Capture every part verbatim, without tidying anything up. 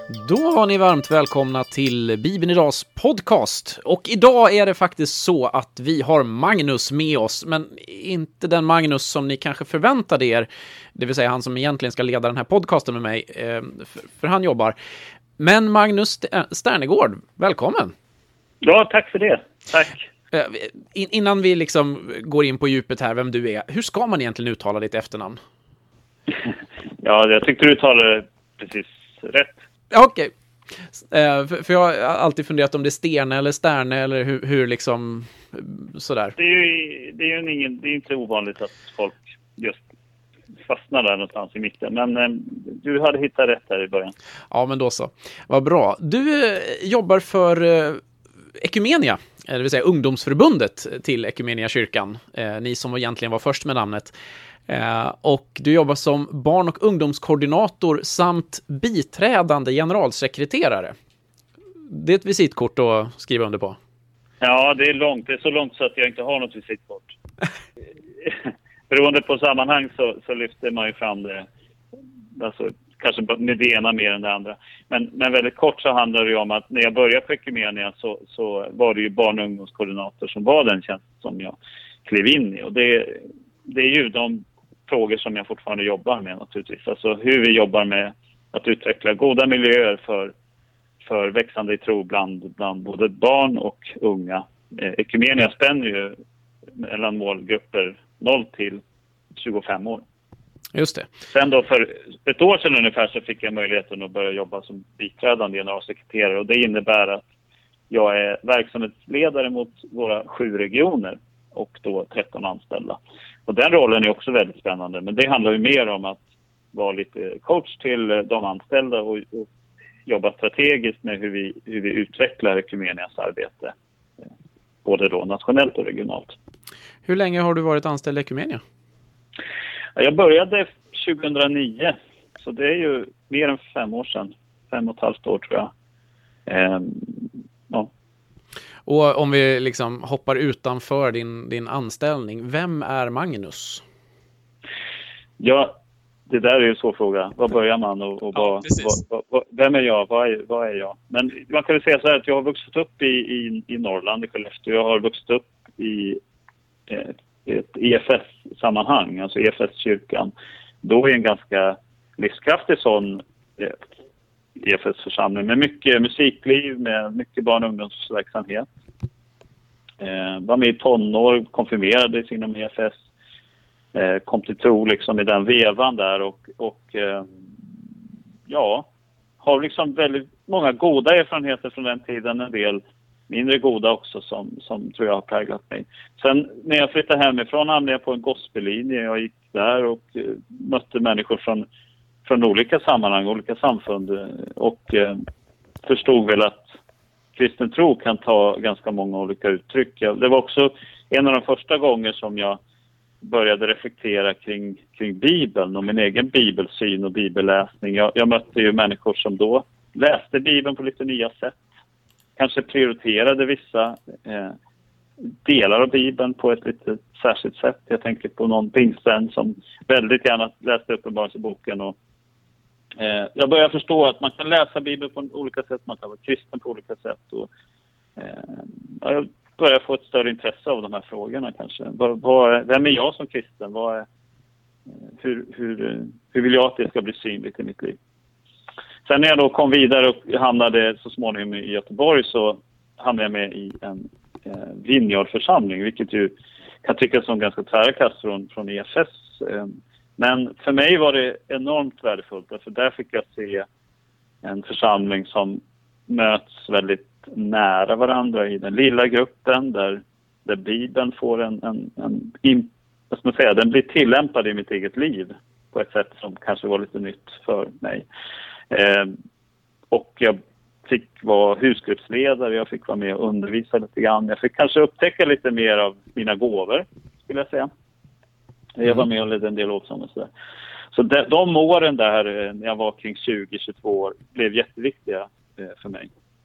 Då var ni varmt välkomna till Bibeln idags podcast. Och idag är det faktiskt så att vi har Magnus med oss, men inte den Magnus som ni kanske förväntade er. Det vill säga han som egentligen ska leda den här podcasten med mig, för han jobbar. Men Magnus Sternegård, välkommen! Ja, tack för det. Tack. Innan vi liksom går in på djupet här, vem du är, hur ska man egentligen uttala ditt efternamn? Ja, jag tyckte du talade precis rätt. Okej. Okay. För, för jag har alltid funderat om det är Sterne eller Sterne eller hur, hur liksom sådär. Det är ju det är ju ingen, det är inte ovanligt att folk just fastnar där någonstans i mitten. Men eh, du hade hittat rätt här i början. Ja, men då så. Vad bra. Du eh, jobbar för eh, Ekumenia, det vill säga ungdomsförbundet till Ekumenia kyrkan. Eh, ni som egentligen var först med namnet. Eh, och du jobbar som barn- och ungdomskoordinator samt biträdande generalsekreterare. Det är ett visitkort att skriva under på. Ja, det är långt. Det är så långt så att jag inte har något visitkort. Beroende på sammanhang så, så lyfter man ju fram det. Alltså, kanske med det ena mer än det andra. Men, men väldigt kort så handlar det ju om att när jag började på Ekumenia så, så var det ju barn- och ungdomskoordinator som var den tjänst som jag klev in i. Och det, det är ju de frågor som jag fortfarande jobbar med naturligtvis. Alltså hur vi jobbar med att utveckla goda miljöer för, för växande i tro bland, bland både barn och unga. Eh, Ekumenia spänner ju mellan målgrupper noll till tjugofem år. Just det. Sen då för ett år sedan ungefär så fick jag möjligheten att börja jobba som biträdande generalsekreterare. Och det innebär att jag är verksamhetsledare mot våra sju regioner och då tretton anställda. Och den rollen är också väldigt spännande. Men det handlar ju mer om att vara lite coach till de anställda och, och jobba strategiskt med hur vi, hur vi utvecklar Ekumenias arbete. Både då nationellt och regionalt. Hur länge har du varit anställd i Ekumenia? Jag började tjugohundranio, så det är ju mer än fem år sedan. Fem och ett halvt år tror jag. Ehm, ja. Och om vi liksom hoppar utanför din, din anställning, vem är Magnus? Ja, det där är ju en svår fråga. Var börjar man och, och ja, vad, vad, vad, vem är jag? Vad är, vad är jag? Men man kan väl säga så här att jag har vuxit upp i, i, i Norrland, i Skellefteå. Jag har vuxit upp i eh, ett E F S-sammanhang, alltså E F S-kyrkan. Då är en ganska livskraftig sån eh, E F S-församling med mycket musikliv, med mycket barn- och ungdomsverksamhet. Eh, var med i tonår, konfirmerades inom E F S. Eh, kom till tro liksom i den vevan där och, och eh, ja, har liksom väldigt många goda erfarenheter från den tiden, en del mindre goda också som, som tror jag har präglat mig. Sen när jag flyttade hemifrån hamnade jag på en gospellinje. Jag gick där och eh, mötte människor från, från olika sammanhang, olika samfund och eh, förstod väl att kristen tro kan ta ganska många olika uttryck. Det var också en av de första gånger som jag började reflektera kring, kring Bibeln och min egen bibelsyn och bibelläsning. Jag, jag mötte ju människor som då läste Bibeln på lite nya sätt. Kanske prioriterade vissa eh, delar av Bibeln på ett lite särskilt sätt. Jag tänker på någon pingsten som väldigt gärna läste Uppenbarelseboken. Och eh, jag börjar förstå att man kan läsa Bibeln på olika sätt, man kan vara kristen på olika sätt. Och, eh, jag börjar få ett större intresse av de här frågorna kanske. Vad, vad, vem är jag som kristen? Vad är, hur, hur, hur vill jag att det ska bli synligt i mitt liv? Sen när jag då kom vidare och hamnade så småningom i Göteborg så hamnade jag med i en eh, Vineyard-församling, vilket ju kan tyckas som ganska tvära kast från, från E F S. Eh, men för mig var det enormt värdefullt, för där fick jag se en församling som möts väldigt nära varandra i den lilla gruppen, där, där Bibeln får en, en, en, en vad ska man säga, den blir tillämpad i mitt eget liv på ett sätt som kanske var lite nytt för mig. Eh, och jag fick vara husgruppsledare, jag fick vara med och undervisa lite grann. Jag fick kanske upptäcka lite mer av mina gåvor, skulle jag säga. Jag var med och ledde en del lovsång och sådär. Så de, de åren där, när jag var kring tjugo till tjugotvå år, blev jätteviktiga eh, för mig.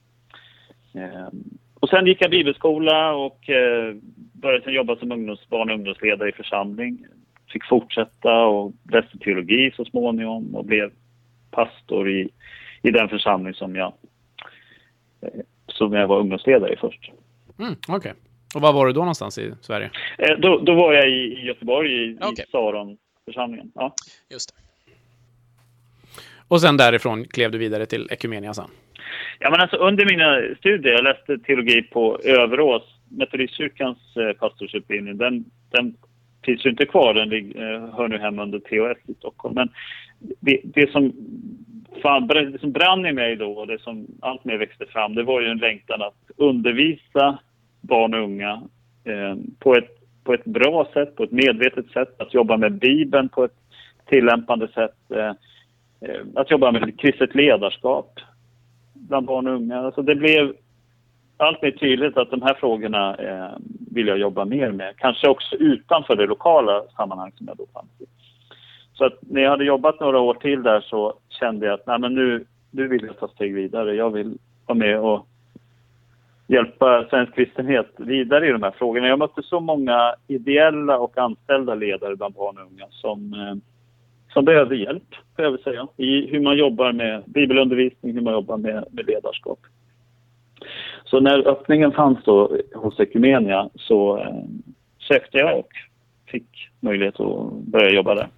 Eh, och sen gick jag bibelskola och eh, började sen jobba som ungdoms, barn- och ungdomsledare i församling. Fick fortsätta och läste teologi så småningom och blev pastor i, i den församling som jag, som jag var ungdomsledare i först. Mm, Okej. Okay. Och var var du då någonstans i Sverige? Eh, då, då var jag i, i Göteborg, i, okay. i Saron-församlingen. Ja. Just det. Och sen därifrån klev du vidare till Ekumenia sen? Ja, men alltså under mina studier, jag läste teologi på Överås, Metodistkyrkans eh, pastorsutbildning. Den, den finns ju inte kvar, den eh, hör nu hemma under T O S i Stockholm. Men det, det, som, fan, det som brann i mig då, och det som allt mer växte fram, det var ju en längtan att undervisa barn och unga eh, på, ett, på ett bra sätt, på ett medvetet sätt, att jobba med Bibeln på ett tillämpande sätt, eh, eh, att jobba med kristet ledarskap bland barn och unga. Alltså det blev allt mer tydligt att de här frågorna eh, vill jag jobba mer med. Kanske också utanför det lokala sammanhang som jag då fanns i. Så att när jag hade jobbat några år till där så kände jag att nej, men nu, nu vill jag ta steg vidare. Jag vill vara med och hjälpa svensk kristenhet vidare i de här frågorna. Jag mötte så många ideella och anställda ledare bland barn och unga som, eh, som behöver hjälp, får jag vill säga, i hur man jobbar med bibelundervisning, hur man jobbar med, med ledarskap. Så när öppningen fanns då hos Ekumenia så eh, sökte jag och fick möjlighet att börja jobba där.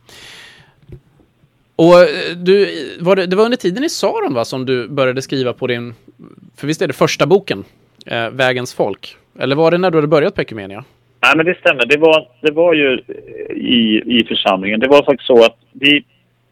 Och du, var det, det var under tiden i Saron va, som du började skriva på din, för visst är det första boken, eh, Vägens folk? Eller var det när du hade börjat på Ekumenia? Nej, men det stämmer. Det var, det var ju i, i församlingen. Det var faktiskt så att vi...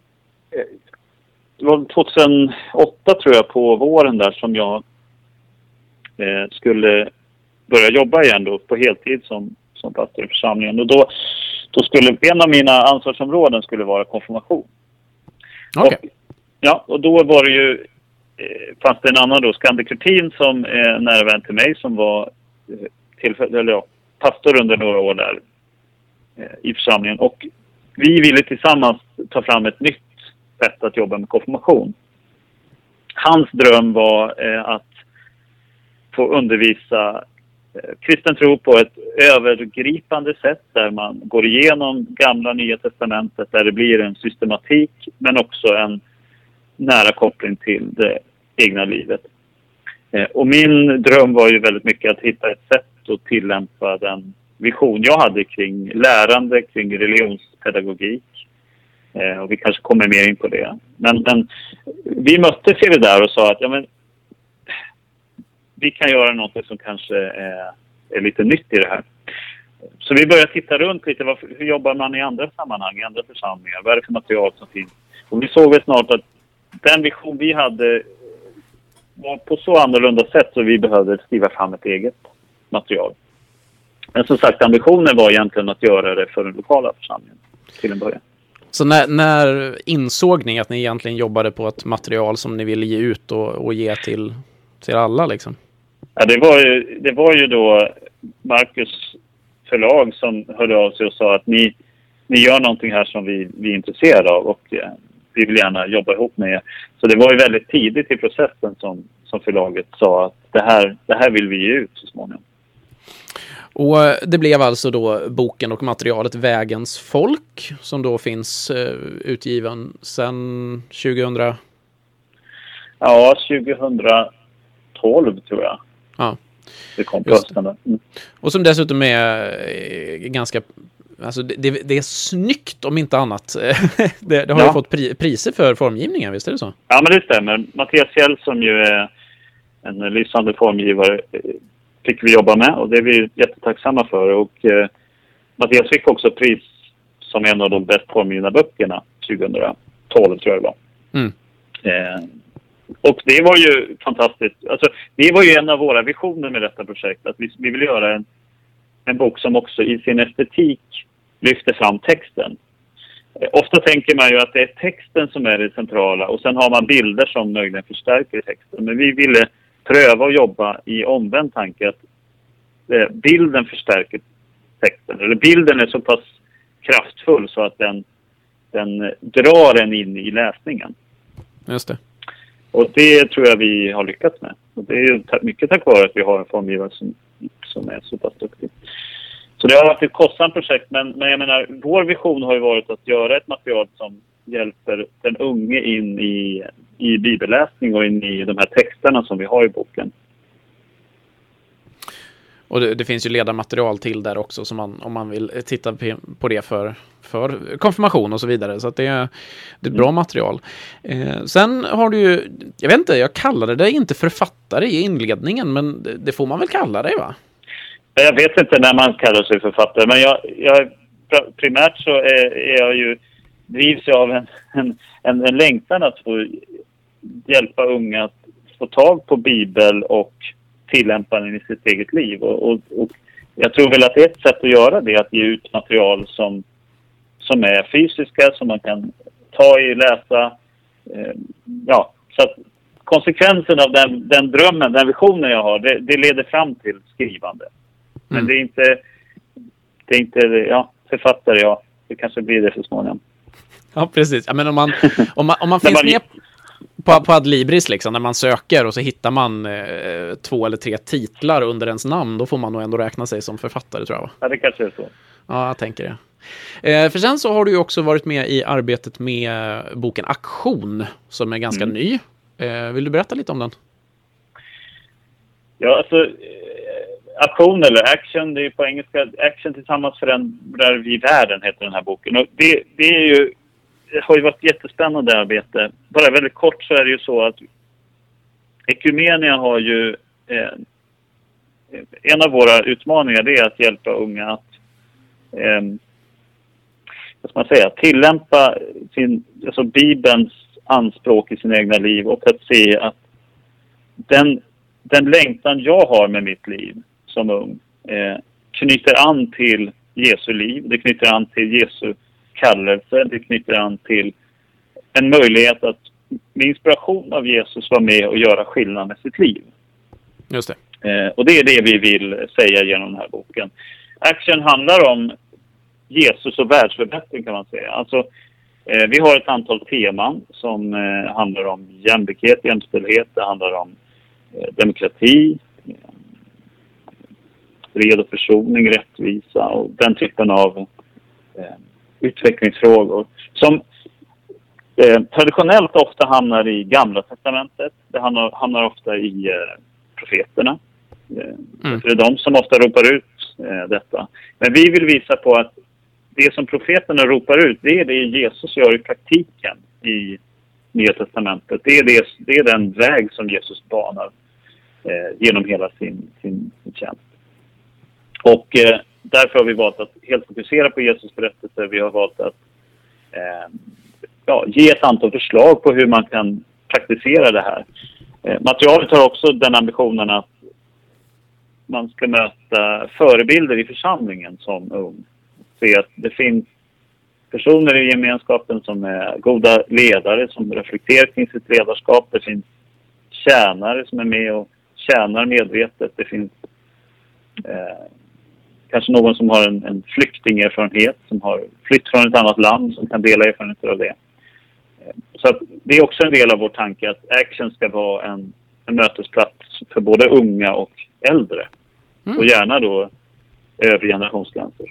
Det var tjugohundraåtta tror jag på våren där som jag eh, skulle börja jobba igen då på heltid som, som pastor i församlingen. Och då, då skulle en av mina ansvarsområden skulle vara konfirmation. Okay. Och, ja, och då var det ju, eh, fanns det en annan då, Skande Kurtin som är eh, nära vän till mig som var eh, tillfälle, eller ja, pastor under några år där eh, i församlingen. Och vi ville tillsammans ta fram ett nytt sätt att jobba med konfirmation. Hans dröm var eh, att få undervisa eh, kristen tro på ett övergripande sätt där man går igenom gamla nya testamentet där det blir en systematik men också en nära koppling till det egna livet. Eh, och min dröm var ju väldigt mycket att hitta ett sätt att tillämpa den vision jag hade kring lärande, kring religionspedagogik. Eh, och vi kanske kommer mer in på det. Men, men vi möttes i det där och sa att ja, men, vi kan göra något som kanske är, är lite nytt i det här. Så vi började titta runt lite. Varför, hur jobbar man i andra sammanhang, i andra församlingar? Vad är det för material som finns? Och vi såg väl snart att den vision vi hade var på så annorlunda sätt så vi behövde skriva fram ett eget material. Men som sagt, ambitionen var egentligen att göra det för den lokala församlingen till en början. Så när, när insåg ni att ni egentligen jobbade på ett material som ni ville ge ut och, och ge till, till alla liksom? Ja, det var ju, det var ju då Marcus förlag som hörde av sig och sa att ni, ni gör någonting här som vi, vi är intresserade av och eh, vi vill gärna jobba ihop med er. Så det var ju väldigt tidigt i processen som, som förlaget sa att det här, det här vill vi ge ut så småningom. Och det blev alltså då boken och materialet Vägens folk som då finns eh, utgiven sedan tjugohundra? Ja, tjugohundratolv tror jag. Ja. Det kom på hösten. Mm. Och som dessutom är eh, ganska... Alltså det, det, det är snyggt om inte annat. det, det har ja. ju fått pri, priser för formgivningen, visst är det så? Ja, men det stämmer. Mattias Fjell som ju är en lysande formgivare fick vi jobba med och det är vi jättetacksamma för. Och eh, Mattias fick också pris som en av de bäst formgivna böckerna tjugohundratolv tror jag det var. Mm. Eh, och det var ju fantastiskt. Alltså, det var ju en av våra visioner med detta projekt. Att vi, vi vill göra en, en bok som också i sin estetik lyfter fram texten. Eh, ofta tänker man ju att det är texten som är det centrala och sen har man bilder som möjligen förstärker texten. Men vi ville pröva att jobba i omvänd tanke att eh, bilden förstärker texten. Eller bilden är så pass kraftfull så att den, den drar en in i läsningen. Just det. Och det tror jag vi har lyckats med. Och det är ju mycket tack vare att vi har en formgivare som, som är så pass duktig. Så det har varit ett kostsamt projekt. Men, men jag menar, vår vision har ju varit att göra ett material som hjälper den unge in i i bibelläsning och in i de här texterna som vi har i boken. Och det, det finns ju ledarmaterial till där också som man, om man vill titta på det för, för konfirmation och så vidare. Så att det, är, det är ett bra mm. material. Eh, sen har du ju, jag vet inte, jag kallade dig inte författare i inledningen, men det, det får man väl kalla dig, va? Jag vet inte när man kallar sig författare, men jag, jag primärt så är, är jag ju, drivs jag av en, en, en, en längtan att få hjälpa unga att få tag på Bibel och tillämpa den i sitt eget liv. Och, och, och jag tror väl att ett sätt att göra det är att ge ut material som, som är fysiska, som man kan ta i, läsa. Eh, ja, så att konsekvensen av den, den drömmen, den visionen jag har, det, det leder fram till skrivande. Men mm. det är inte, det är inte, ja, författare, ja. Det kanske blir det så småningom. Ja, precis. Ja, men om man, om man, om man finns man... med på, på Adlibris liksom, när man söker och så hittar man eh, två eller tre titlar under ens namn, då får man nog ändå räkna sig som författare, tror jag. Ja, det kanske är så. Ja, jag tänker det. Eh, för sen så har du ju också varit med i arbetet med boken Aktion, som är ganska mm. ny. Eh, vill du berätta lite om den? Ja, alltså Aktion eller Action, det är på engelska. Action tillsammans förändrar vi världen, heter den här boken. Och det, det är ju, det har ju varit jättespännande arbete. Bara väldigt kort så är det ju så att Ekumenia har ju eh, en av våra utmaningar, det är att hjälpa unga att eh, vad ska man säga, tillämpa sin, alltså Bibelns anspråk i sina egna liv, och att se att den, den längtan jag har med mitt liv som ung eh, knyter an till Jesu liv, det knyter an till Jesu kallelse, det knyter an till en möjlighet att med inspiration av Jesus vara med och göra skillnad med sitt liv. Just det. Eh, och det är det vi vill säga genom den här boken. Action handlar om Jesus och världsförbättring, kan man säga. Alltså, eh, vi har ett antal teman som eh, handlar om jämlikhet, jämställdhet, det handlar om eh, demokrati, eh, fred och försoning, rättvisa och den typen av eh, utvecklingsfrågor som eh, traditionellt ofta hamnar i Gamla testamentet. Det hamnar, hamnar ofta i eh, profeterna. Eh, mm. Det är de som ofta ropar ut eh, detta. Men vi vill visa på att det som profeterna ropar ut, det är det Jesus gör i praktiken i Nya testamentet. Det är, det, det är den väg som Jesus banar eh, genom hela sin, sin, sin tjänst. Och eh, därför har vi valt att helt fokusera på Jesus berättelse. Vi har valt att eh, ja, ge ett antal förslag på hur man kan praktisera det här. Eh, materialet har också den ambitionen att man ska möta förebilder i församlingen som ung. Se att det finns personer i gemenskapen som är goda ledare, som reflekterar kring sitt ledarskap. Det finns tjänare som är med och tjänar medvetet. Det finns eh, kanske någon som har en, en flyktingerfarenhet, som har flytt från ett annat land, som kan dela erfarenheter av det. Eh, så att det är också en del av vår tanke att Action ska vara en, en mötesplats för både unga och äldre. Mm. Och gärna då över generationsgränser.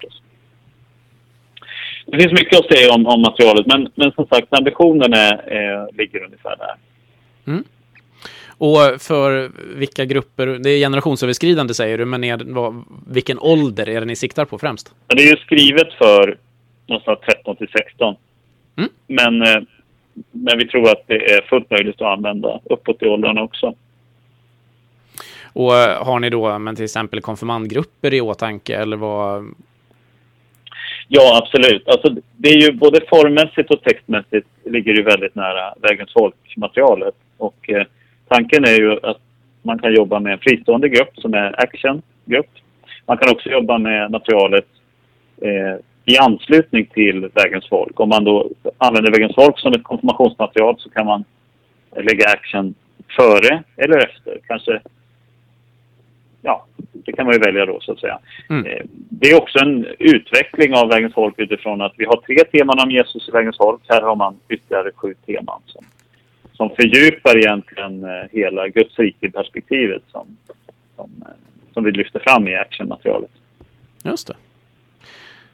Det finns mycket att säga om, om materialet, men, men som sagt, ambitionen är, är, ligger ungefär där. Mm. Och för vilka grupper, det är generationsöverskridande säger du, men är, vad, vilken ålder är det ni siktar på främst? Ja, det är ju skrivet för någonstans tretton till sexton. Mm. Men, men vi tror att det är fullt möjligt att använda uppåt i åldrarna också. Och har ni då men till exempel konfirmandgrupper i åtanke eller vad? Ja, absolut. Alltså, det är ju både formmässigt och textmässigt ligger ju väldigt nära Vägens folk-materialet. Och eh, tanken är ju att man kan jobba med en fristående grupp som är Action-grupp. Man kan också jobba med materialet eh, i anslutning till Vägens folk. Om man då använder Vägens folk som ett konfirmationsmaterial så kan man lägga Action före eller efter. Kanske, ja, det kan man ju välja då så att säga. Mm. Det är också en utveckling av Vägens folk utifrån att vi har tre teman om Jesus i Vägens folk. Här har man ytterligare sju teman som, som fördjupar egentligen hela Guds rike-perspektivet som, som, som vi lyfter fram i actionmaterialet. Just det.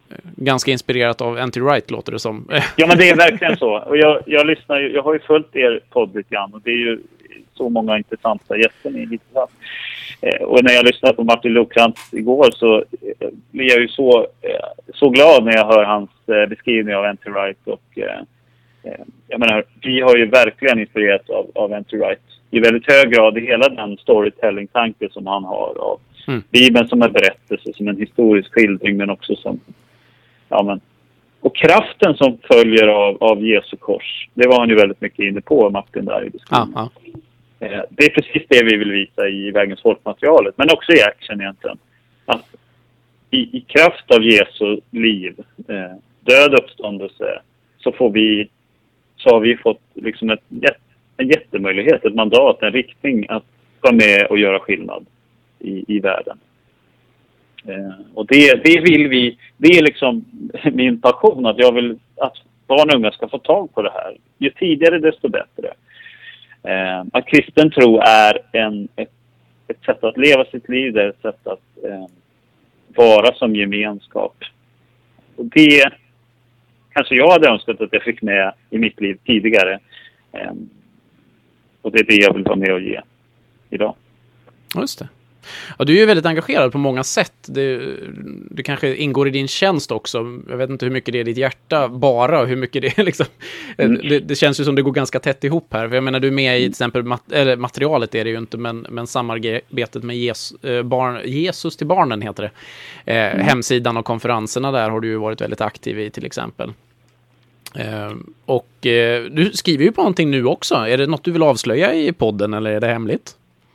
ganska inspirerat av N T Wright, låter det som. Ja, men det är verkligen så. Och jag, jag lyssnar ju, jag har ju följt er podd lite grann, och det är ju så många intressanta gäster ni hittar. Eh, och när jag lyssnade på Martin Lokrantz igår så eh, blir jag ju så, eh, så glad när jag hör hans eh, beskrivning av N T Wright. Och eh, eh, jag menar, vi har ju verkligen inspirerats av, av N T Wright i väldigt hög grad i hela den storytelling-tanke som han har av mm. Bibeln som en berättelse, som en historisk skildring, men också som, ja men, och kraften som följer av, av Jesu kors. Det var han ju väldigt mycket inne på, Martin, där i beskrivningen. Ah, ah. Det är precis det vi vill visa i Vägens folkmaterialet, men också i action egentligen. Att i, i kraft av Jesu liv, eh, död uppståndelse, så får vi, så har vi fått liksom ett, en jättemöjlighet, ett mandat, en riktning att vara med och göra skillnad i, i världen. Eh, och det, det vill vi, det är liksom min passion, att jag vill att barn och unga ska få tag på det här. Ju tidigare desto bättre. Eh, att kristen tro är en, ett, ett sätt att leva sitt liv, det är ett sätt att eh, vara som gemenskap. Och det kanske jag hade önskat att jag fick med i mitt liv tidigare. Eh, och det är det jag vill vara med och ge idag. Just det. Ja, du är ju väldigt engagerad på många sätt. Det, det kanske ingår i din tjänst också. Jag vet inte hur mycket det är ditt hjärta bara, och hur mycket det är liksom. Mm. Det, det känns ju som det går ganska tätt ihop här. För jag menar, du är med i till exempel mat, eller materialet är det ju inte, men, men samarbetet med Jesus, eh, barn, Jesus till barnen heter det. Eh, mm. Hemsidan och konferenserna där har du ju varit väldigt aktiv i till exempel. Eh, och eh, du skriver ju på någonting nu också. Är det något du vill avslöja i podden, eller är det hemligt?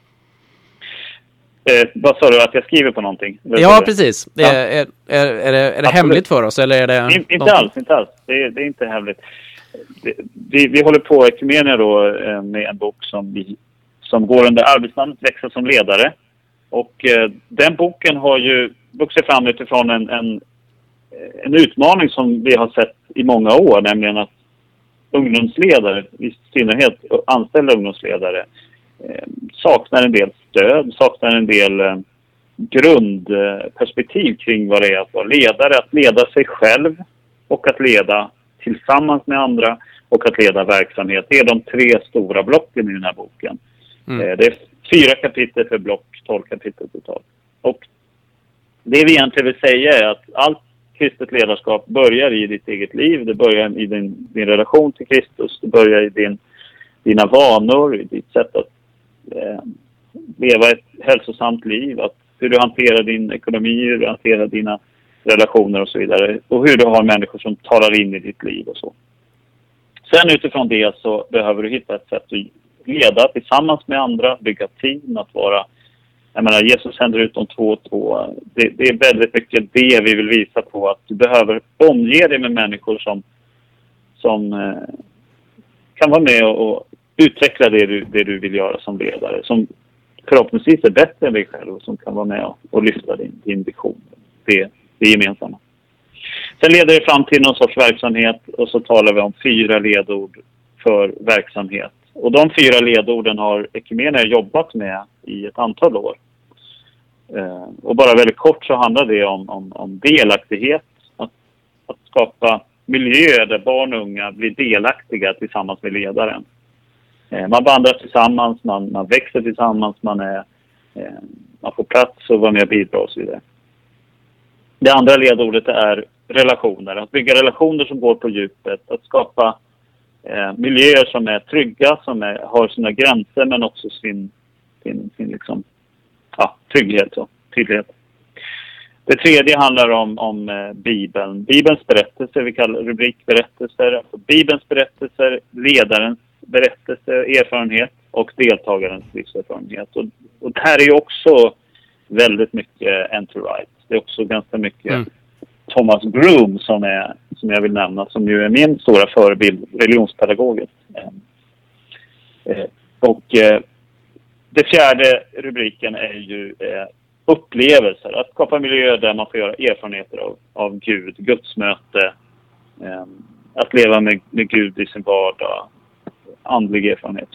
Eh, vad sa du, att jag skriver på någonting? Ja, precis. Ja. Är, är, är, är det, är det hemligt för oss? Eller är det In, inte alls, inte alls. Det är, det är inte hemligt. Det, vi, vi håller på Ekumenia då eh, med en bok som, vi, som går under arbetsnamnet Växa som ledare. Och eh, den boken har ju vuxit fram utifrån en, en, en utmaning som vi har sett i många år. Nämligen att ungdomsledare, i synnerhet anställda ungdomsledare, eh, saknar en del stöd, saknar en del eh, grundperspektiv kring vad det är att vara ledare, att leda sig själv och att leda tillsammans med andra och att leda verksamhet. Det är de tre stora blocken i den här boken. Mm. Eh, det är fyra kapitel för block, tolv kapitel totalt. Och det vi egentligen vill säga är att allt kristet ledarskap börjar i ditt eget liv, det börjar i din, din relation till Kristus, det börjar i din, dina vanor, i ditt sätt att eh, leva ett hälsosamt liv, att hur du hanterar din ekonomi, hur du hanterar dina relationer och så vidare. Och hur du har människor som talar in i ditt liv och så. Sen utifrån det så behöver du hitta ett sätt att leda tillsammans med andra, bygga team, att vara, jag menar, Jesus sänder ut de två och två. Det, det är väldigt mycket det vi vill visa på, att du behöver omge dig med människor som, som eh, kan vara med och, och utveckla det du, det du vill göra som ledare, som förhoppningsvis är bättre än dig själv och som kan vara med och, och lyfta din, din vision. Det, det gemensamma. Sen leder det fram till någon sorts verksamhet och så talar vi om fyra ledord för verksamhet. Och de fyra ledorden har Ekumenia jobbat med i ett antal år. Eh, och bara väldigt kort så handlar det om, om, om delaktighet. Att, att skapa miljöer där barn och unga blir delaktiga tillsammans med ledaren. Eh, man vandrar tillsammans, man, man växer tillsammans, man, är, eh, man får plats och vara med och bidra och så vidare. Det andra ledordet är relationer. Att bygga relationer som går på djupet. Att skapa eh, miljöer som är trygga, som är, har sina gränser men också sin, sin, sin liksom, ja, trygghet och tydlighet. Det tredje handlar om, om eh, Bibeln. Bibelns berättelser, vi kallar rubrikberättelser. Alltså Bibelns berättelser, ledarens berättelse, erfarenhet och deltagarens livserfarenhet. Och, och det här är ju också väldigt mycket N T Wright. Det är också ganska mycket mm. Thomas Groom som, är, som jag vill nämna, som ju är min stora förebild religionspedagogiskt. Eh, och eh, det fjärde rubriken är ju eh, upplevelser. Att skapa miljöer där man får göra erfarenheter av, av Gud, Guds möte, eh, att leva med, med Gud i sin vardag, andlig erfarenhet.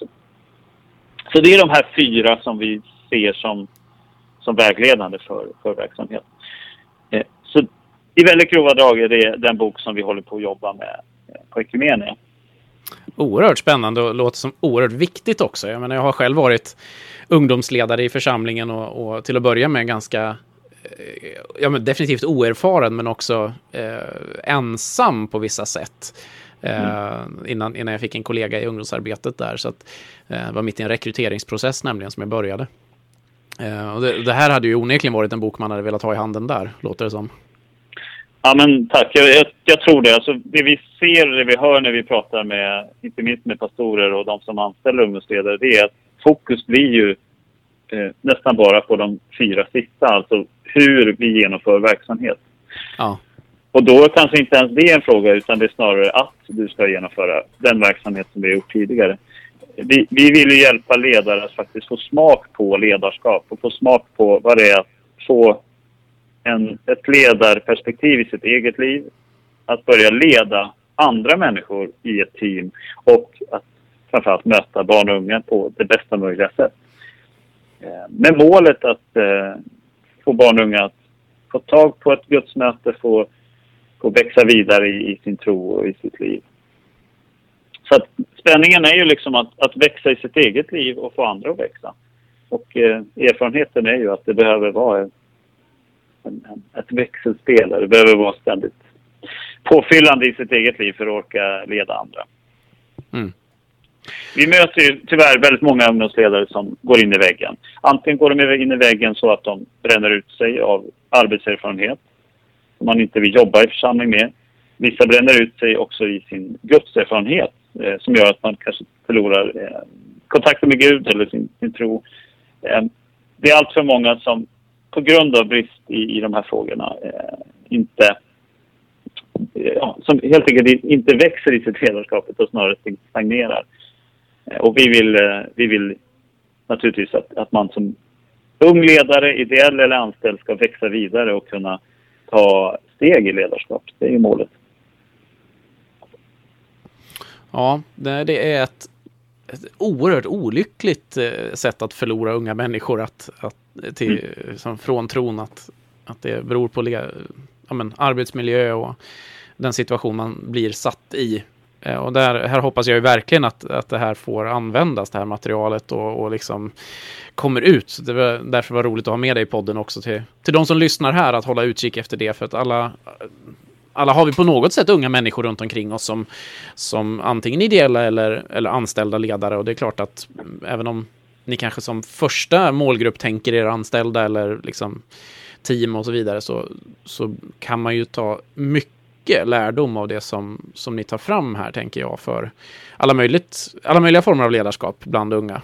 Så det är de här fyra som vi ser som, som vägledande för, för verksamhet. Eh, så i väldigt grova drag är det den bok som vi håller på att jobba med på Ekumenia. Oerhört spännande och låter som oerhört viktigt också. Jag menar, jag har själv varit ungdomsledare i församlingen och, och till att börja med ganska ja, men definitivt oerfaren men också eh, ensam på vissa sätt. Eh, mm. innan, innan jag fick en kollega i ungdomsarbetet där. Så att, eh, det var mitt i en rekryteringsprocess nämligen som jag började. Eh, och det, det här hade ju onekligen varit en bok man hade velat ha i handen där, låter det som. Ja, men tack. Jag, jag, jag tror det. Alltså, det vi ser, det vi hör när vi pratar med, inte minst med pastorer och de som anställer ungdomsledare, det är att fokus blir ju eh, nästan bara på de fyra sista. Alltså hur vi genomför verksamhet. Ja. Och då är kanske inte ens det en fråga, utan det är snarare att du ska genomföra den verksamhet som vi har gjort tidigare. Vi, vi vill ju hjälpa ledare att faktiskt få smak på ledarskap och få smak på vad det är att få en, ett ledarperspektiv i sitt eget liv. Att börja leda andra människor i ett team och att framförallt möta barn och unga på det bästa möjliga sätt. Med målet att eh, få barn och unga att få tag på ett gudsmöte, få, få växa vidare i, i sin tro och i sitt liv. Så att spänningen är ju liksom att, att växa i sitt eget liv och få andra att växa. Och eh, erfarenheten är ju att det behöver vara en, en, ett växelspel. Det behöver vara ständigt påfyllande i sitt eget liv för att orka leda andra. Mm. Vi möter ju tyvärr väldigt många ungdomsledare som går in i väggen. Antingen går de in i väggen så att de bränner ut sig av arbetserfarenhet som man inte vill jobba i församling med. Vissa bränner ut sig också i sin gudserfarenhet eh, som gör att man kanske förlorar eh, kontakten med Gud eller sin, sin tro. Eh, det är allt för många som på grund av brist i, i de här frågorna eh, inte ja, som helt enkelt inte växer i sitt ledarskap och snarare stagnerar. Och vi vill, vi vill naturligtvis att, att man som ung ledare, ideell eller anställd ska växa vidare och kunna ta steg i ledarskap. Det är ju målet. Ja, det är ett, ett oerhört olyckligt sätt att förlora unga människor att, att, till, mm. som från tron att, att det beror på le, ja, men, arbetsmiljö och den situation man blir satt i. Och där, här hoppas jag ju verkligen att, att det här får användas, det här materialet och, och liksom kommer ut. Så det var, därför var roligt att ha med dig i podden också till, till de som lyssnar här att hålla utkik efter det. För att alla, alla har vi på något sätt unga människor runt omkring oss som, som antingen ideella eller, eller anställda ledare. Och det är klart att även om ni kanske som första målgrupp tänker er anställda eller liksom team och så vidare så, så kan man ju ta mycket lärdom av det som, som ni tar fram här, tänker jag, för alla, möjligt, alla möjliga former av ledarskap bland unga.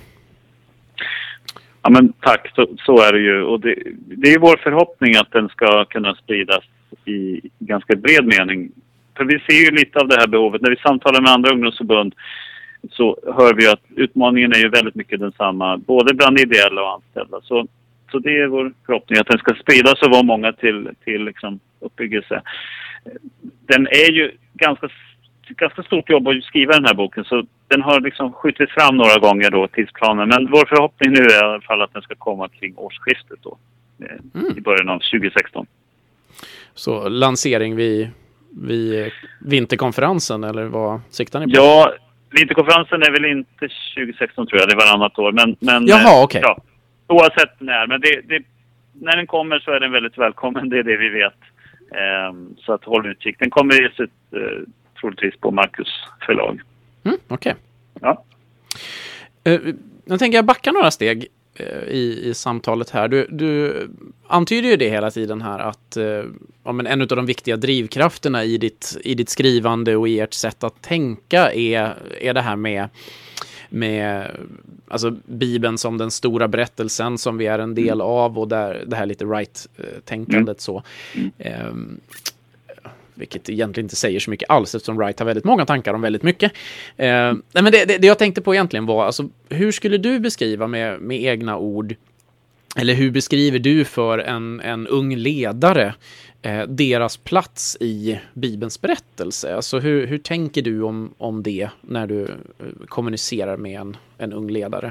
Ja, men tack, så, så är det ju. Och det, det är vår förhoppning att den ska kunna spridas i ganska bred mening. För vi ser ju lite av det här behovet. När vi samtalar med andra ungdomsförbund så hör vi att utmaningen är ju väldigt mycket densamma, både bland ideella och anställda. Så, så det är vår förhoppning att den ska spridas och vara många till, till liksom uppbyggelse. Den är ju ganska, ganska stort jobb att skriva den här boken, så den har liksom skjutits fram några gånger då, tidsplanen. Men vår förhoppning nu är i alla fall att den ska komma kring årsskiftet då, mm. i början av tjugo sexton. Så lansering vid, vid vinterkonferensen, eller vad siktar ni på? Ja, vinterkonferensen är väl inte tjugo sexton tror jag, det är varannat år. Men, men, Jaha, okej. Okay. Ja, oavsett när, men det, det, när den kommer så är den väldigt välkommen, det är det vi vet. Um, så att håll utkik. Den kommer ges ut uh, troligtvis på Marcus förlag. Mm, Okej. Okay. Ja. Uh, jag tänker jag backa några steg uh, i, i samtalet här. Du, du antyder ju det hela tiden här att uh, ja, men en av de viktiga drivkrafterna i ditt, i ditt skrivande och i ert sätt att tänka är, är det här med med alltså Bibeln som den stora berättelsen som vi är en del av och där det här lite right-tänkandet mm. så. Um, vilket egentligen inte säger så mycket alls eftersom Wright har väldigt många tankar om väldigt mycket. Uh, nej, men det, det, det jag tänkte på egentligen var alltså, hur skulle du beskriva med, med egna ord eller hur beskriver du för en, en ung ledare eh, deras plats i Bibelns berättelse? Alltså hur, hur tänker du om, om det när du eh, kommunicerar med en, en ung ledare?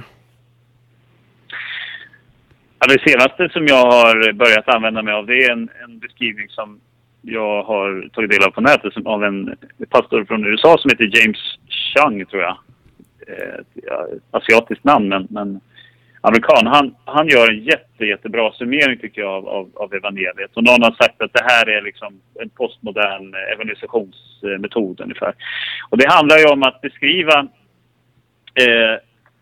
Ja, det senaste som jag har börjat använda mig av det är en, en beskrivning som jag har tagit del av på nätet som, av en pastor från U S A som heter James Chung, tror jag. Eh, ja, asiatiskt namn, men, men amerikan. Han, han gör en jätte, jättebra summering, tycker jag, av, av, av evangeliet. Och någon har sagt att det här är liksom en postmodern evangelisationsmetod ungefär. Och det handlar ju om att beskriva eh,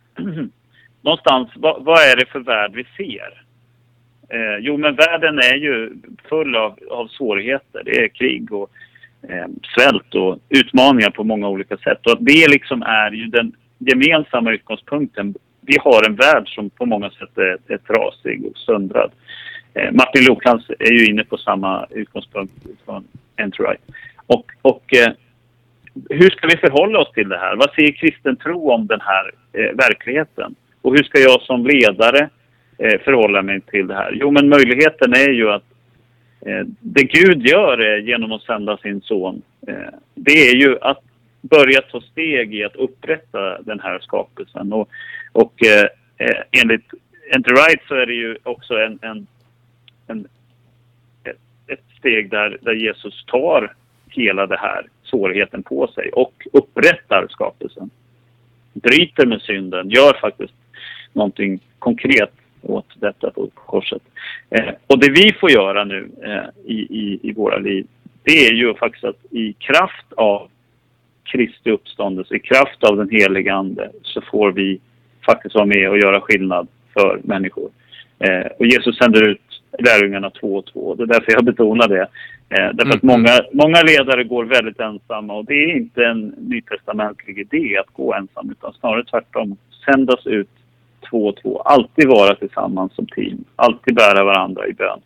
någonstans, vad, vad är det för värld vi ser? Eh, jo, men världen är ju full av, av svårigheter. Det är krig och eh, svält och utmaningar på många olika sätt. Och det liksom är ju den gemensamma utgångspunkten. Vi har en värld som på många sätt är, är trasig och söndrad. Eh, Martin Lukans är ju inne på samma utgångspunkt från Enterite. Och, och eh, hur ska vi förhålla oss till det här? Vad säger kristen tro om den här eh, verkligheten? Och hur ska jag som ledare eh, förhålla mig till det här? Jo, men möjligheten är ju att eh, det Gud gör är, genom att sända sin son, eh, det är ju att börja ta steg i att upprätta den här skapelsen. Och, och eh, enligt Enterite så är det ju också en, en, en, ett, ett steg där, där Jesus tar hela det här svårigheten på sig och upprättar skapelsen. Bryter med synden, gör faktiskt någonting konkret åt detta på korset. Eh, och det vi får göra nu eh, i, i, i våra liv, det är ju faktiskt att i kraft av Kristi uppståndelse, i kraft av den heliga ande, så får vi faktiskt vara med och göra skillnad för människor. Eh, och Jesus sänder ut lärjungarna två och två. Det är därför jag betonar det. Eh, därför att många, många ledare går väldigt ensamma, och det är inte en nytestamentlig idé att gå ensam, utan snarare tvärtom. Sändas ut två och två. Alltid vara tillsammans som team. Alltid bära varandra i bön.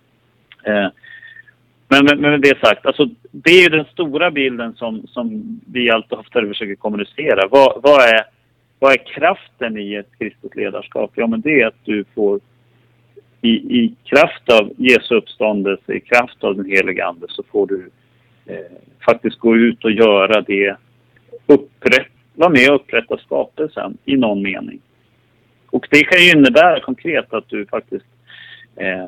Eh, men, men med det sagt, alltså, det är ju den stora bilden som, som vi allt oftare försöker kommunicera. Vad, vad, är, vad är kraften i ett kristet ledarskap? Ja, men det är att du får i, i kraft av Jesu uppståndelse, i kraft av den heliga ande, så får du eh, faktiskt gå ut och göra det, upprätt, vara med och upprätta skapelsen i någon mening. Och det kan ju innebära konkret att du faktiskt eh,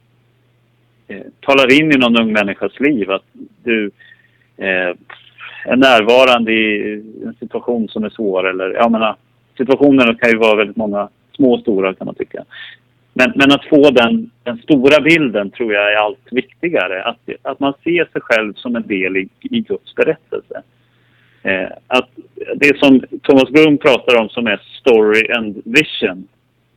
eh, talar in i någon ung människas liv, att du eh, är närvarande i en situation som är svår, eller jag menar, situationerna kan ju vara väldigt många, små och stora kan man tycka. Men, men att få den, den stora bilden tror jag är allt viktigare. Att, att man ser sig själv som en del i, i Guds berättelse. Eh, att det som Thomas Grung pratar om som är story and vision,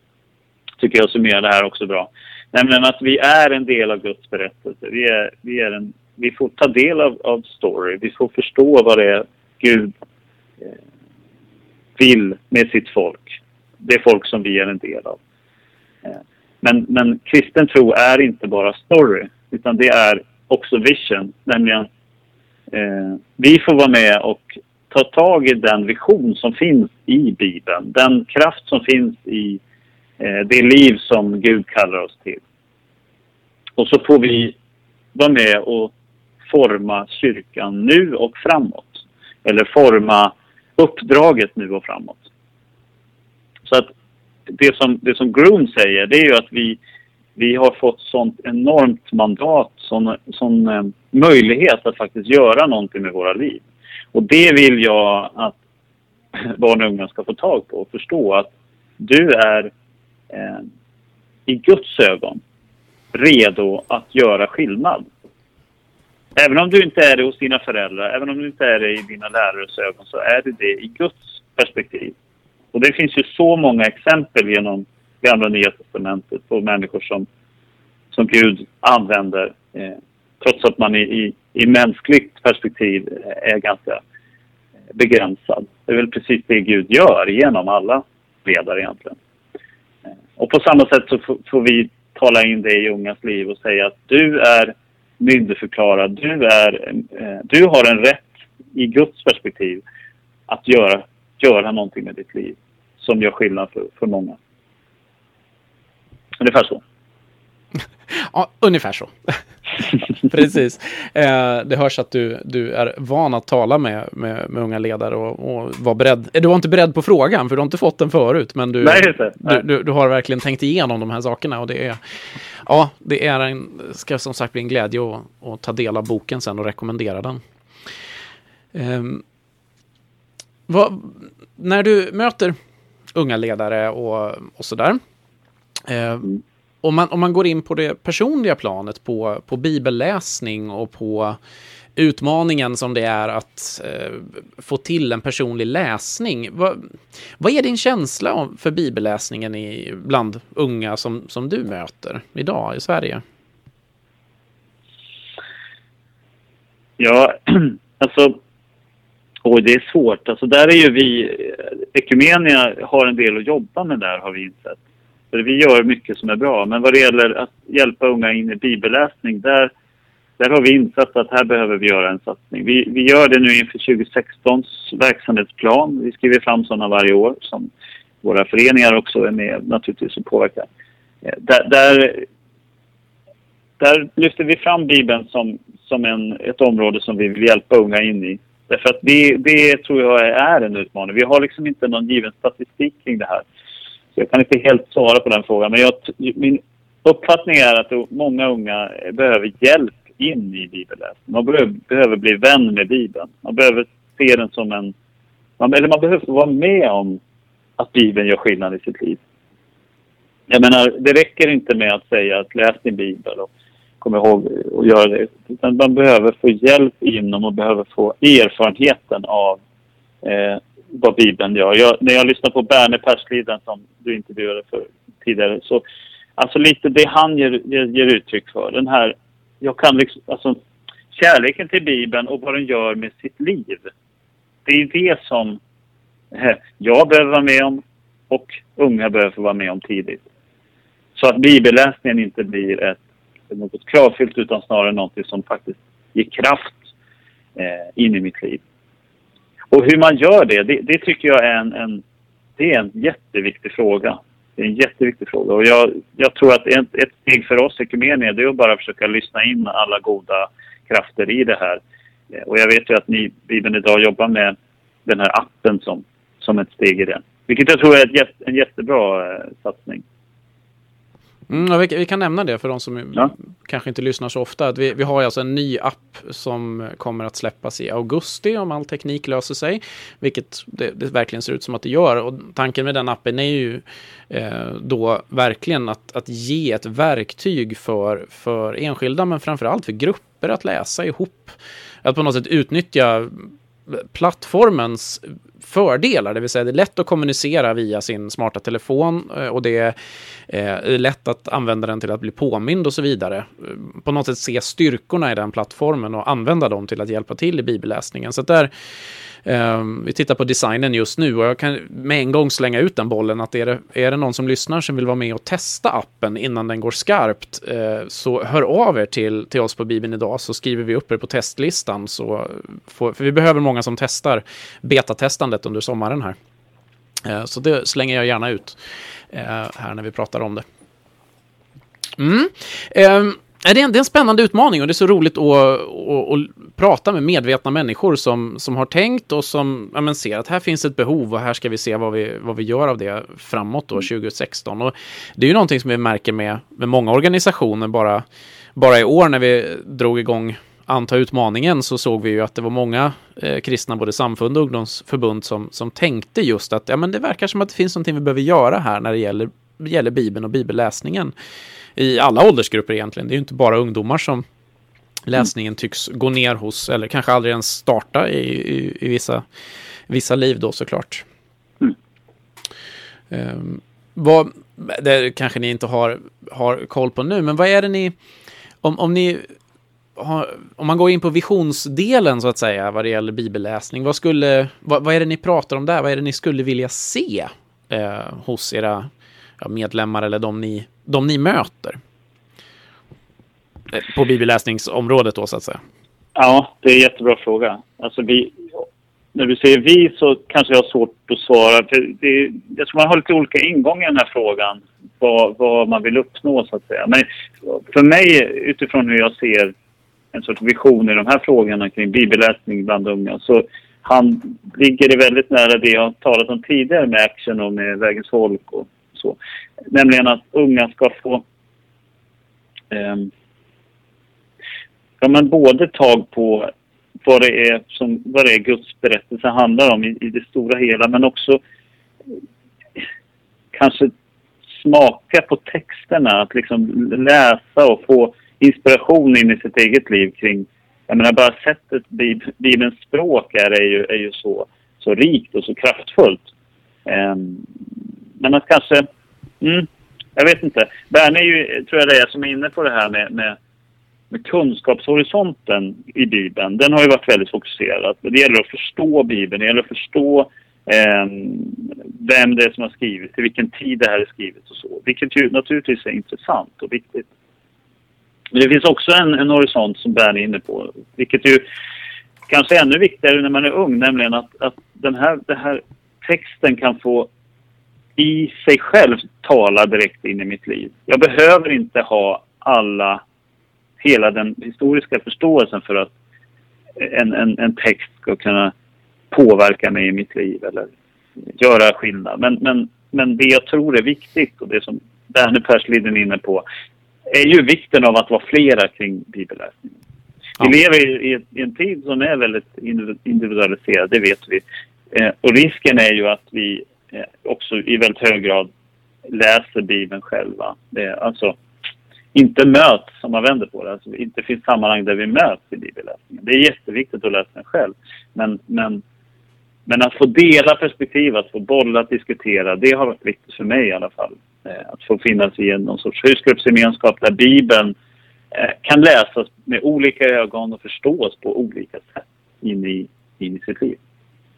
tycker jag summerar det här också bra. Nämligen att vi är en del av Guds berättelse. Vi, är, vi, är en, vi får ta del av, av story. Vi får förstå vad det är Gud eh, vill med sitt folk. Det folk som vi är en del av. Men, men kristen tro är inte bara story, utan det är också vision. Nämligen eh, vi får vara med och ta tag i den vision som finns i Bibeln. Den kraft som finns i eh, det liv som Gud kallar oss till. Och så får vi vara med och forma kyrkan nu och framåt. Eller forma uppdraget nu och framåt. Så att Det som, det som Groom säger, det är ju att vi, vi har fått sånt enormt mandat, sån, sån eh, möjlighet att faktiskt göra någonting med våra liv. Och det vill jag att barn och unga ska få tag på och förstå, att du är eh, i Guds ögon redo att göra skillnad. Även om du inte är det hos dina föräldrar, även om du inte är det i dina lärares ögon, så är det det i Guds perspektiv. Och det finns ju så många exempel genom Gamla och Nya testamentet på människor som, som Gud använder, eh, trots att man i, i, i mänskligt perspektiv är ganska begränsad. Det är väl precis det Gud gör genom alla ledare egentligen. Eh, och på samma sätt så f- får vi tala in det i ungas liv och säga att du är myndigförklarad, du, är, eh, du har en rätt i Guds perspektiv att göra göra någonting med ditt liv som gör skillnad för, för många. Ungefär så. Ja, ungefär så. Precis. Eh, det hörs att du, du är van att tala med, med, med unga ledare och, och var beredd. Du var inte beredd på frågan, för du har inte fått den förut, men du, Nej, inte. Nej. du, du, du har verkligen tänkt igenom de här sakerna, och det är, ja, det är en, ska som sagt bli en glädje att, att ta del av boken sen och rekommendera den. Eh, vad, när du möter unga ledare och, och sådär, eh, Mm. Om man, om man går in på det personliga planet, på, på bibelläsning och på utmaningen som det är att eh, få till en personlig läsning. Vad, vad är din känsla om, för bibelläsningen i, bland unga som, som du möter idag i Sverige? Ja, alltså, oj, det är svårt. Alltså där är ju vi, Ekumenia har en del att jobba med där, har vi insett. För vi gör mycket som är bra, men vad det gäller att hjälpa unga in i bibelläsning, där, där har vi insett att här behöver vi göra en satsning. Vi, vi gör det nu inför tjugo sextons verksamhetsplan. Vi skriver fram sådana varje år som våra föreningar också är med naturligtvis och påverkar. Där, där, där lyfter vi fram Bibeln som, som en, ett område som vi vill hjälpa unga in i. Därför att det, det tror jag är en utmaning. Vi har liksom inte någon given statistik kring det här. Jag kan inte helt svara på den frågan, men jag, min uppfattning är att många unga behöver hjälp in i bibelläsning. Man behöver, behöver bli vän med Bibeln. Man behöver se den som en... Man, eller man behöver vara med om att Bibeln gör skillnad i sitt liv. Jag menar, det räcker inte med att säga att läs din Bibel och kom ihåg att göra det. Utan man behöver få hjälp inom och behöver få erfarenheten av eh, vad Bibeln gör. Jag, när jag lyssnar på Berne Persliden som du intervjuade för tidigare, så alltså lite det han ger, ger, ger uttryck för. Den här, jag kan liksom, alltså kärleken till Bibeln och vad den gör med sitt liv. Det är det som eh, jag behöver vara med om och unga behöver vara med om tidigt. Så att bibelläsningen inte blir ett, något kravfyllt utan snarare något som faktiskt ger kraft eh, in i mitt liv. Och hur man gör det, det, det tycker jag är en, en, det är en jätteviktig fråga. Det är en jätteviktig fråga. Och jag, jag tror att ett, ett steg för oss Ekumenia, det är att bara försöka lyssna in alla goda krafter i det här. Och jag vet ju att ni, Bibeln idag, jobbar med den här appen som, som ett steg i det. Vilket jag tror är ett, en jättebra eh, satsning. Mm, ja, vi, vi kan nämna det för de som ja. kanske inte lyssnar så ofta. Att vi, vi har alltså en ny app som kommer att släppas i augusti om all teknik löser sig. Vilket det, det verkligen ser ut som att det gör. Och tanken med den appen är ju eh, då verkligen att, att ge ett verktyg för, för enskilda men framförallt för grupper att läsa ihop. Att på något sätt utnyttja plattformens fördelar, det vill säga det är lätt att kommunicera via sin smarta telefon och det är lätt att använda den till att bli påmind och så vidare. På något sätt se styrkorna i den plattformen och använda dem till att hjälpa till i bibelläsningen. Så att där, eh, vi tittar på designen just nu och jag kan med en gång slänga ut den bollen att är det, är det någon som lyssnar som vill vara med och testa appen innan den går skarpt, eh, så hör av er till, till oss på Bibeln idag, så skriver vi upp er på testlistan. Så får, för vi behöver många som testar betatestandet under sommaren här. Eh, så det slänger jag gärna ut eh, här när vi pratar om det. Mm. Eh, det, är en, det är en spännande utmaning och det är så roligt att, att, att prata med medvetna människor som, som har tänkt och som ja, men ser att här finns ett behov och här ska vi se vad vi, vad vi gör av det framåt då, tjugo sexton. Och det är ju någonting som vi märker med, med många organisationer. Bara, bara i år när vi drog igång Anta utmaningen så såg vi ju att det var många eh, kristna, både samfund och ungdomsförbund som, som tänkte just att ja, men det verkar som att det finns någonting vi behöver göra här när det gäller, gäller Bibeln och bibelläsningen i alla åldersgrupper egentligen. Det är ju inte bara ungdomar som läsningen tycks gå ner hos eller kanske aldrig ens starta i, i, i vissa, vissa liv då såklart. Mm. Um, vad, det kanske ni inte har, har koll på nu, men vad är det ni om, om ni om man går in på visionsdelen så att säga vad det gäller bibelläsning, vad, skulle, vad, vad är det ni pratar om där? Vad är det ni skulle vilja se eh, hos era ja, medlemmar eller de ni, de ni möter eh, på bibelläsningsområdet då så att säga? Ja, det är en jättebra fråga. Alltså vi, när du säger vi så kanske jag har svårt att svara. För det, jag tror man har lite olika ingångar i den här frågan. vad, vad man vill uppnå så att säga. Men för mig, utifrån hur jag ser en sorts vision i de här frågorna kring bibelläsning bland unga, så han ligger det väldigt nära det jag har talat om tidigare med Action och med Vägens folk och så. Nämligen att unga ska få eh, ja, men både tag på vad det är som vad det är Guds berättelse handlar om i, i det stora hela, men också kanske smaka på texterna, att liksom läsa och få inspiration in i sitt eget liv kring, jag menar bara sättet Bib- Bibelns språk är, är ju, är ju så, så rikt och så kraftfullt. Um, men att kanske, mm, jag vet inte, Berne är ju, tror jag det är, som är inne på det här med, med, med kunskapshorisonten i Bibeln. Den har ju varit väldigt fokuserad. Det gäller att förstå Bibeln, det gäller att förstå Um, vem det är som har skrivit, i vilken tid det här är skrivet och så. Vilket ju naturligtvis är intressant och viktigt. Men det finns också en, en horisont som Bern är inne på, vilket ju kanske är ännu viktigare när man är ung, nämligen att, att den här, den här texten kan få i sig själv tala direkt in i mitt liv. Jag behöver inte ha alla, hela den historiska förståelsen för att en, en, en text ska kunna påverka mig i mitt liv eller göra skillnad. Men, men, men det jag tror är viktigt, och det som Berne Persliden är inne på, är ju vikten av att vara flera kring bibelläsning. Ja. Vi lever i, i en tid som är väldigt individualiserad, det vet vi. Eh, och risken är ju att vi eh, också i väldigt hög grad läser Bibeln själva. Det, alltså inte möts, som man vänder på det. Alltså inte finns sammanhang där vi möts i bibelläsningen. Det är jätteviktigt att läsa den själv. Men, men, men att få dela perspektiv, att få bolla, att diskutera, det har varit viktigt för mig i alla fall. Att få finnas i någon sorts husgruppsgemenskap där Bibeln kan läsas med olika ögon och förstås på olika sätt in i, in i sitt liv.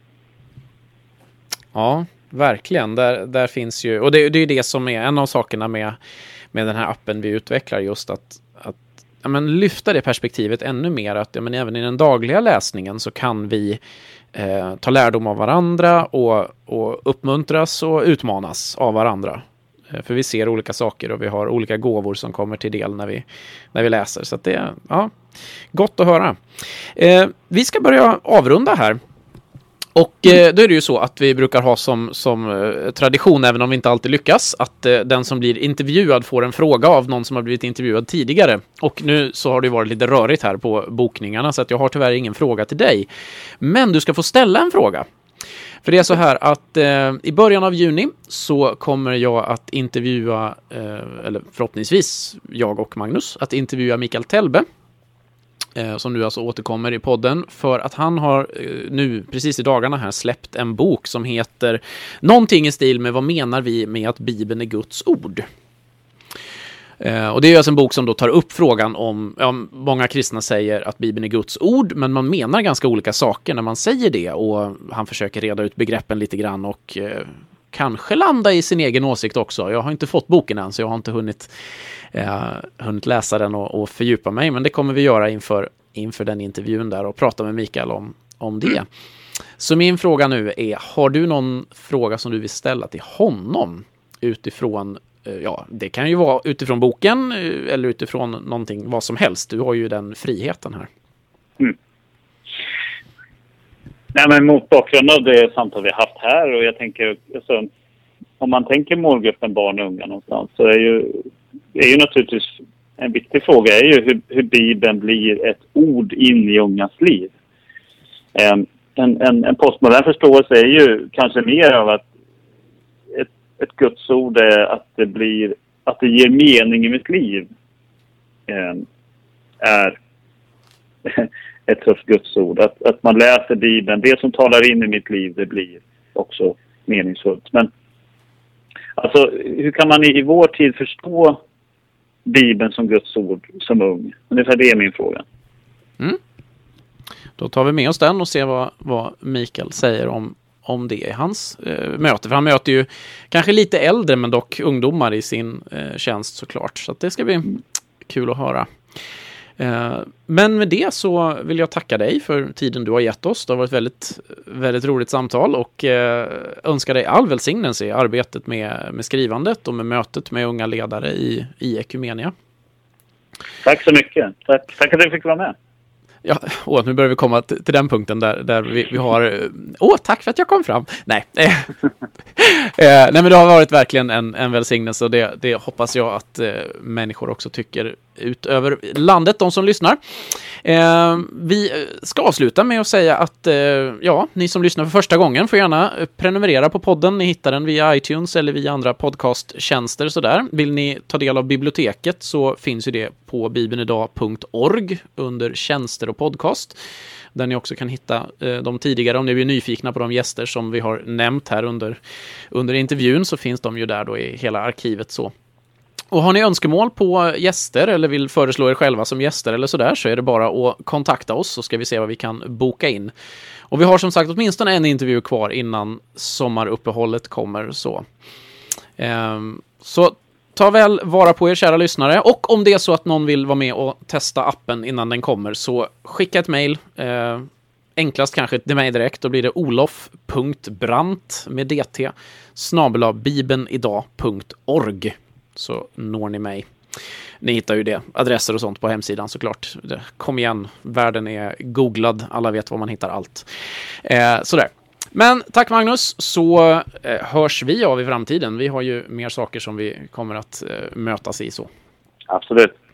Ja, verkligen. Där, där finns ju, och det, det är det som är en av sakerna med, med den här appen vi utvecklar, just att, att ja, men lyfta det perspektivet ännu mer, att ja, men även i den dagliga läsningen så kan vi eh, ta lärdom av varandra och, och uppmuntras och utmanas av varandra. För vi ser olika saker och vi har olika gåvor som kommer till del när vi, när vi läser. Så att det är ja, gott att höra. Eh, vi ska börja avrunda här. Och eh, då är det ju så att vi brukar ha som, som eh, tradition, även om vi inte alltid lyckas, att eh, den som blir intervjuad får en fråga av någon som har blivit intervjuad tidigare. Och nu så har det varit lite rörigt här på bokningarna, så att jag har tyvärr ingen fråga till dig. Men du ska få ställa en fråga. För det är så här att eh, i början av juni så kommer jag att intervjua, eh, eller förhoppningsvis jag och Magnus, att intervjua Mikael Telbe, eh, som nu alltså återkommer i podden, för att han har eh, nu precis i dagarna här släppt en bok som heter någonting i stil med vad menar vi med att Bibeln är Guds ord. Uh, och det är alltså en bok som då tar upp frågan om, ja, många kristna säger att Bibeln är Guds ord, men man menar ganska olika saker när man säger det, och han försöker reda ut begreppen lite grann och uh, kanske landa i sin egen åsikt också. Jag har inte fått boken än, så jag har inte hunnit, uh, hunnit läsa den och, och fördjupa mig, men det kommer vi göra inför, inför den intervjun där och prata med Mikael om, om det. Så min fråga nu är, har du någon fråga som du vill ställa till honom utifrån, ja, det kan ju vara utifrån boken eller utifrån någonting, vad som helst. Du har ju den friheten här. Mm. Nej, men mot bakgrund av det samtal vi har haft här, och jag tänker, alltså, om man tänker målgruppen barn och unga någonstans, så är ju, är ju naturligtvis en viktig fråga är ju hur, hur Bibeln blir ett ord in i ungas liv. En, en, en postmodern förståelse är ju kanske mer av att ett Ett Guds ord är att det blir, att det ger mening i mitt liv. Eh, är ett sorts Guds ord. Att, att man läser Bibeln, det som talar in i mitt liv, det blir också meningsfullt. Men alltså, hur kan man i, i vår tid förstå Bibeln som Guds ord som ung? Ungefär det är min fråga. Mm. Då tar vi med oss den och ser vad, vad Mikael säger om om det i hans eh, möte. För han möter ju kanske lite äldre, men dock ungdomar i sin eh, tjänst såklart. Så att det ska bli kul att höra. Men med det så vill jag tacka dig för tiden du har gett oss. Det har varit väldigt, väldigt roligt samtal och önskar dig all välsignelse i arbetet med, med skrivandet och med mötet med unga ledare i, i Ekumenia. Tack så mycket. Tack, tack att du fick vara med. Ja, åh, nu börjar vi komma till, till den punkten där, där vi, vi har... Åh, tack för att jag kom fram! Nej, eh, nej men det har varit verkligen en, en välsignelse och det, det hoppas jag att eh, människor också tycker ut över landet, de som lyssnar. Eh, vi ska avsluta med att säga att eh, ja, ni som lyssnar för första gången får gärna prenumerera på podden. Ni hittar den via iTunes eller via andra podcasttjänster sådär. Vill ni ta del av biblioteket så finns ju det på bibeln idag punkt org under tjänster och podcast, där ni också kan hitta eh, de tidigare. Om ni blir nyfikna på de gäster som vi har nämnt här under, under intervjun så finns de ju där då i hela arkivet så. Och har ni önskemål på gäster eller vill föreslå er själva som gäster eller sådär så är det bara att kontakta oss så ska vi se vad vi kan boka in. Och vi har som sagt åtminstone en intervju kvar innan sommaruppehållet kommer så. Ehm, så ta väl vara på er kära lyssnare och om det är så att någon vill vara med och testa appen innan den kommer så skicka ett mejl. Eh, enklast kanske till mig direkt, då blir det olof punkt brant med dt snabel-a bibeln idag punkt org så når ni mig. Ni hittar ju det, adresser och sånt på hemsidan såklart. Kom igen, världen är googlad, alla vet var man hittar allt. Eh, sådär. Men tack Magnus, så eh, hörs vi av i framtiden. Vi har ju mer saker som vi kommer att eh, mötas i så. Absolut.